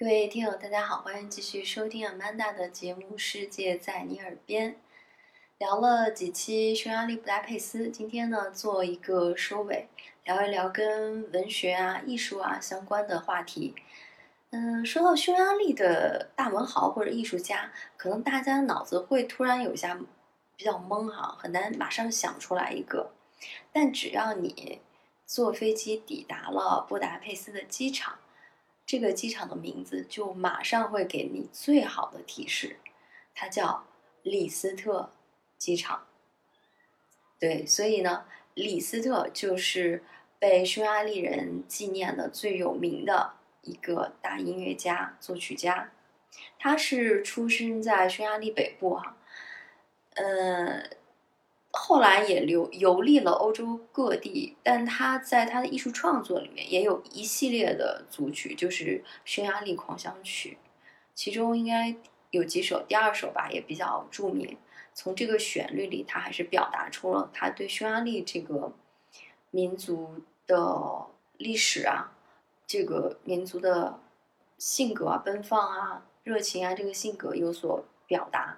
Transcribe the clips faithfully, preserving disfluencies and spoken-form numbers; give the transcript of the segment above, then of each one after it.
各位听友，大家好，欢迎继续收听 Amanda 的节目《世界在你耳边》。聊了几期匈牙利布达佩斯，今天呢做一个收尾，聊一聊跟文学啊、艺术啊相关的话题。嗯，说到匈牙利的大文豪或者艺术家，可能大家脑子会突然有一下比较懵哈，很难马上想出来一个。但只要你坐飞机抵达了布达佩斯的机场，这个机场的名字就马上会给你最好的提示，它叫李斯特机场。对，所以呢，李斯特就是被匈牙利人纪念的最有名的一个大音乐家、作曲家。他是出生在匈牙利北部哈，呃，后来也流游历了欧洲各地，但他在他的艺术创作里面也有一系列的组曲，就是匈牙利狂想曲，其中应该有几首，第二首吧也比较著名。从这个旋律里，他还是表达出了他对匈牙利这个民族的历史啊，这个民族的性格啊、奔放啊、热情啊，这个性格有所表达。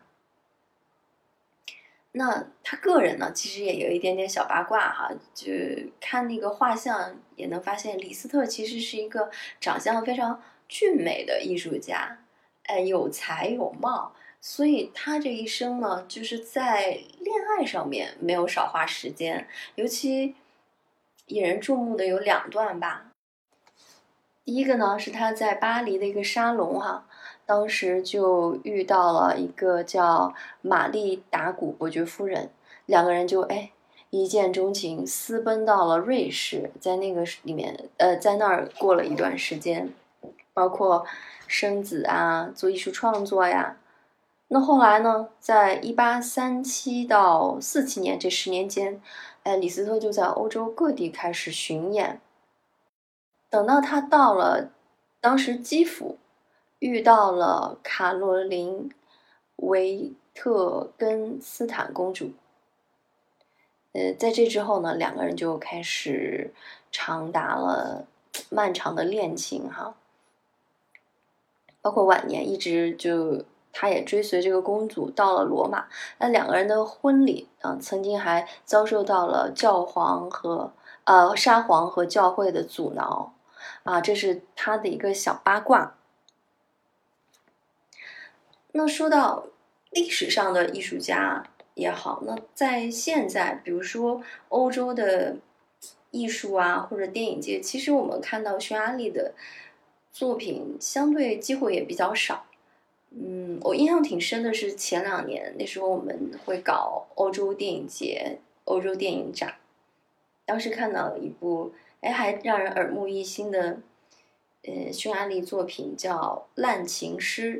那他个人呢，其实也有一点点小八卦哈，就看那个画像也能发现，李斯特其实是一个长相非常俊美的艺术家，哎，有才有貌，所以他这一生呢，就是在恋爱上面没有少花时间，尤其引人注目的有两段吧。第一个呢，是他在巴黎的一个沙龙哈，当时就遇到了一个叫玛丽达古伯爵夫人，两个人就哎一见钟情，私奔到了瑞士，在那个里面呃在那儿过了一段时间，包括生子啊，做艺术创作呀。那后来呢，在一八三七到四七年这十年间，哎，李斯特就在欧洲各地开始巡演。等到他到了当时基辅，遇到了卡罗琳·维特根斯坦公主。呃，在这之后呢，两个人就开始长达了漫长的恋情哈，包括晚年一直就他也追随这个公主到了罗马。那两个人的婚礼啊，曾经还遭受到了教皇和呃沙皇和教会的阻挠。啊，这是他的一个小八卦。那说到历史上的艺术家也好，那在现在，比如说欧洲的艺术啊，或者电影界，其实我们看到匈牙利的作品相对机会也比较少。嗯，我印象挺深的是前两年，那时候我们会搞欧洲电影节、欧洲电影展，当时看到了一部哎还让人耳目一新的呃匈牙利作品，叫《滥情诗》。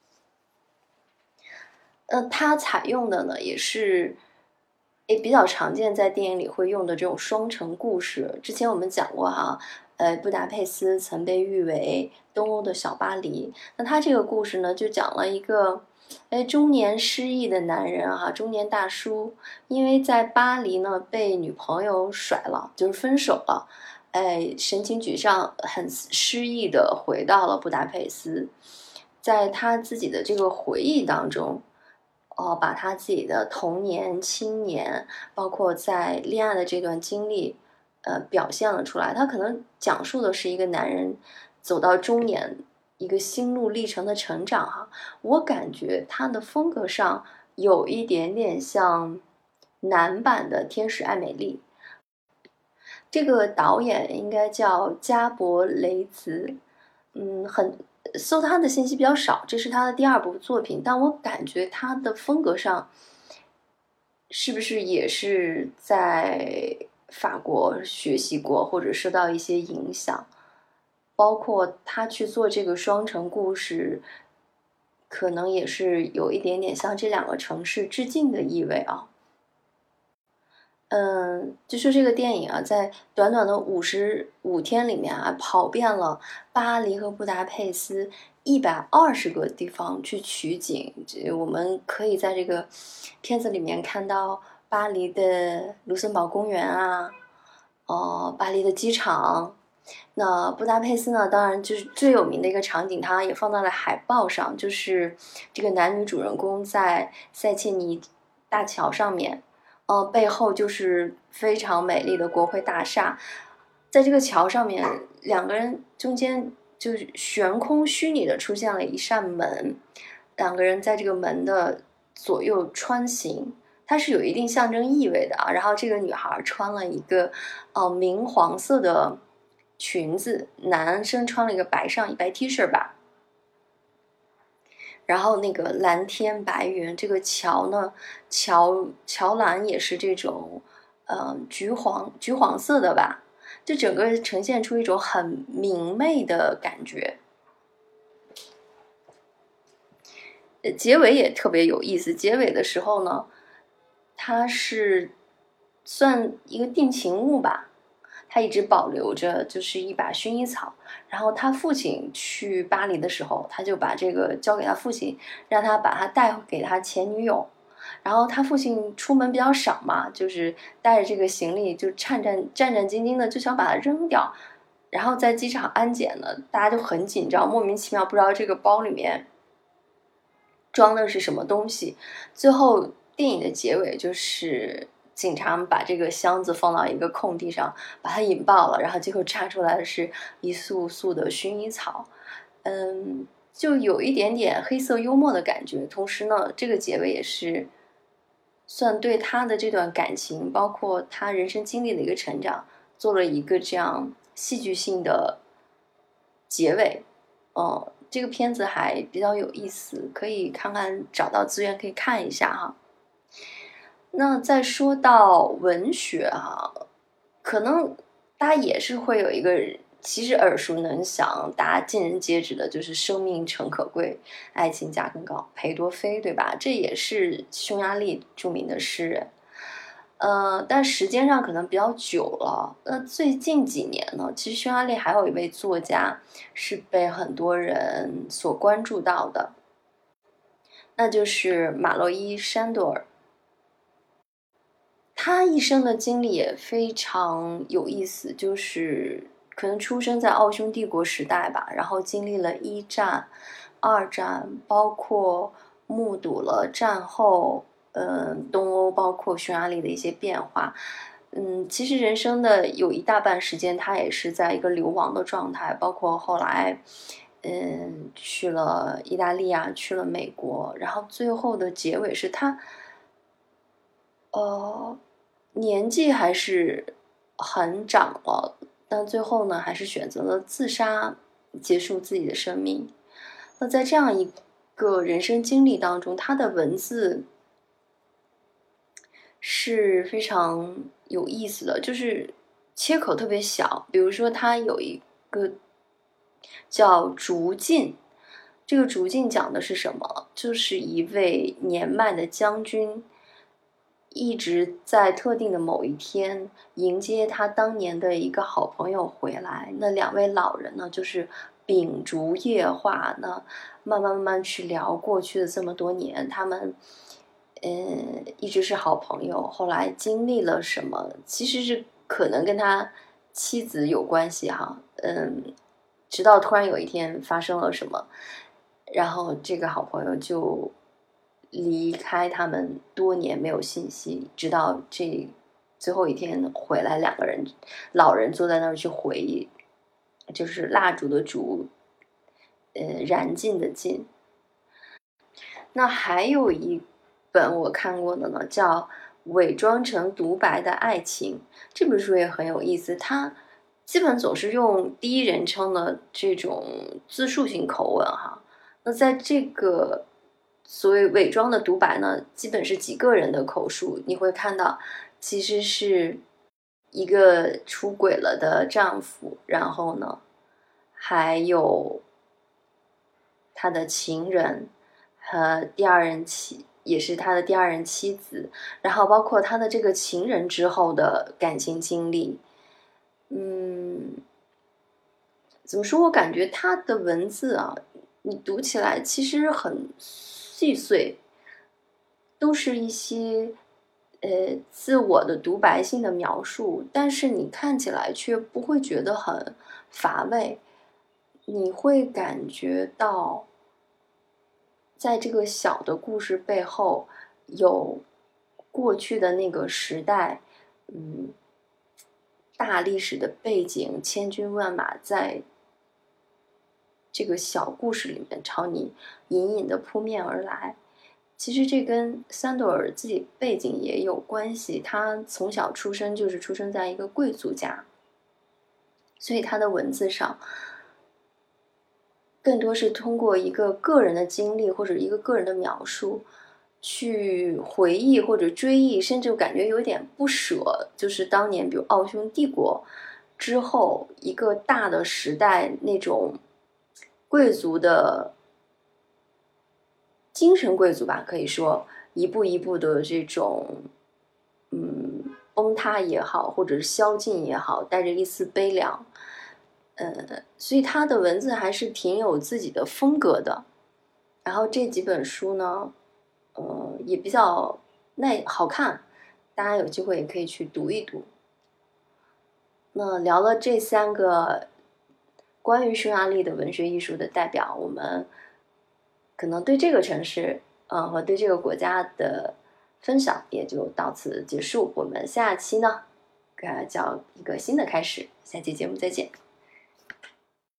呃，它采用的呢也是也比较常见在电影里会用的这种双城故事。之前我们讲过哈，呃，布达佩斯曾被誉为东欧的小巴黎。那他这个故事呢，就讲了一个哎中年失意的男人啊，中年大叔，因为在巴黎呢被女朋友甩了，就是分手了，哎，神情沮丧，很失意的回到了布达佩斯，在他自己的这个回忆当中。哦，把他自己的童年、青年，包括在恋爱的这段经历，呃，表现了出来。他可能讲述的是一个男人走到中年一个心路历程的成长哈。我感觉他的风格上有一点点像男版的《天使爱美丽》。这个导演应该叫加伯雷茨，嗯，很搜他的信息比较少，这是他的第二部作品，但我感觉他的风格上是不是也是在法国学习过，或者受到一些影响，包括他去做这个双城故事，可能也是有一点点向这两个城市致敬的意味啊。嗯，就说这个电影啊，在短短的五十五天里面啊，跑遍了巴黎和布达佩斯一百二十个地方去取景。这我们可以在这个片子里面看到巴黎的卢森堡公园啊，哦，巴黎的机场， 那布达佩斯呢，当然就是最有名的一个场景，它也放到了海报上，就是这个男女主人公在塞切尼大桥上面，呃，背后就是非常美丽的国会大厦，在这个桥上面，两个人中间就是悬空虚拟的出现了一扇门，两个人在这个门的左右穿行。它是有一定象征意味的啊，然后这个女孩穿了一个呃明黄色的裙子，男生穿了一个白上衣白 T 恤吧，然后那个蓝天白云，这个桥呢，桥桥栏也是这种呃橘黄橘黄色的吧，就整个呈现出一种很明媚的感觉。结尾也特别有意思，结尾的时候呢，它是算一个定情物吧，他一直保留着就是一把薰衣草，然后他父亲去巴黎的时候，他就把这个交给他父亲，让他把它带给他前女友。然后他父亲出门比较少嘛，就是带着这个行李就颤颤战战兢兢的就想把它扔掉。然后在机场安检呢，大家就很紧张，莫名其妙不知道这个包里面装的是什么东西。最后电影的结尾就是警察把这个箱子放到一个空地上，把它引爆了，然后结果炸出来的是一束束的薰衣草。嗯，就有一点点黑色幽默的感觉。同时呢，这个结尾也是算对他的这段感情，包括他人生经历的一个成长，做了一个这样戏剧性的结尾。嗯，这个片子还比较有意思，可以看看，找到资源可以看一下哈。那再说到文学哈，可能大家也是会有一个其实耳熟能详，大家尽人皆知的，就是生命诚可贵，爱情价更高，裴多菲，对吧？这也是匈牙利著名的诗人。呃，但时间上可能比较久了。那最近几年呢，其实匈牙利还有一位作家是被很多人所关注到的，那就是马洛伊·山多尔。他一生的经历也非常有意思，就是可能出生在奥匈帝国时代吧，然后经历了一战、二战，包括目睹了战后，嗯，东欧包括匈牙利的一些变化。嗯，其实人生的有一大半时间，他也是在一个流亡的状态，包括后来，嗯，去了意大利啊，去了美国，然后最后的结尾是他。呃，年纪还是很长了，但最后呢，还是选择了自杀，结束自己的生命。那在这样一个人生经历当中，他的文字是非常有意思的，就是切口特别小。比如说，他有一个叫《竹径》，这个《竹径》讲的是什么？就是一位年迈的将军。一直在特定的某一天迎接他当年的一个好朋友回来，那两位老人呢，就是秉烛夜话，那慢慢慢慢去聊过去的这么多年，他们嗯一直是好朋友，后来经历了什么，其实是可能跟他妻子有关系哈，嗯，直到突然有一天发生了什么，然后这个好朋友就离开他们多年没有信息，直到这最后一天回来，两个人老人坐在那儿去回忆，就是蜡烛的烛，呃，燃尽的尽。那还有一本我看过的呢，叫《伪装成独白的爱情》，这本书也很有意思，它基本总是用第一人称的这种自述性口吻哈。那在这个所谓伪装的独白呢，基本是几个人的口述，你会看到其实是一个出轨了的丈夫，然后呢还有他的情人和第二任妻，也是他的第二任妻子，然后包括他的这个情人之后的感情经历。嗯，怎么说，我感觉他的文字啊，你读起来其实很细碎，都是一些呃自我的独白性的描述，但是你看起来却不会觉得很乏味，你会感觉到在这个小的故事背后有过去的那个时代，嗯，大历史的背景，千军万马在这个小故事里面朝你隐隐的扑面而来。其实这跟三朵尔自己背景也有关系，他从小出生就是出生在一个贵族家，所以他的文字上更多是通过一个个人的经历或者一个个人的描述去回忆或者追忆，甚至感觉有点不舍，就是当年比如奥匈帝国之后一个大的时代那种贵族的精神贵族吧，可以说一步一步的这种嗯崩塌也好，或者是宵禁也好，带着一丝悲凉。呃，所以他的文字还是挺有自己的风格的。然后这几本书呢，呃，也比较耐好看，大家有机会也可以去读一读。那聊了这三个关于匈牙利的文学艺术的代表，我们可能对这个城市，呃，和对这个国家的分享也就到此结束。我们下期呢，呃，叫一个新的开始。下期节目再见。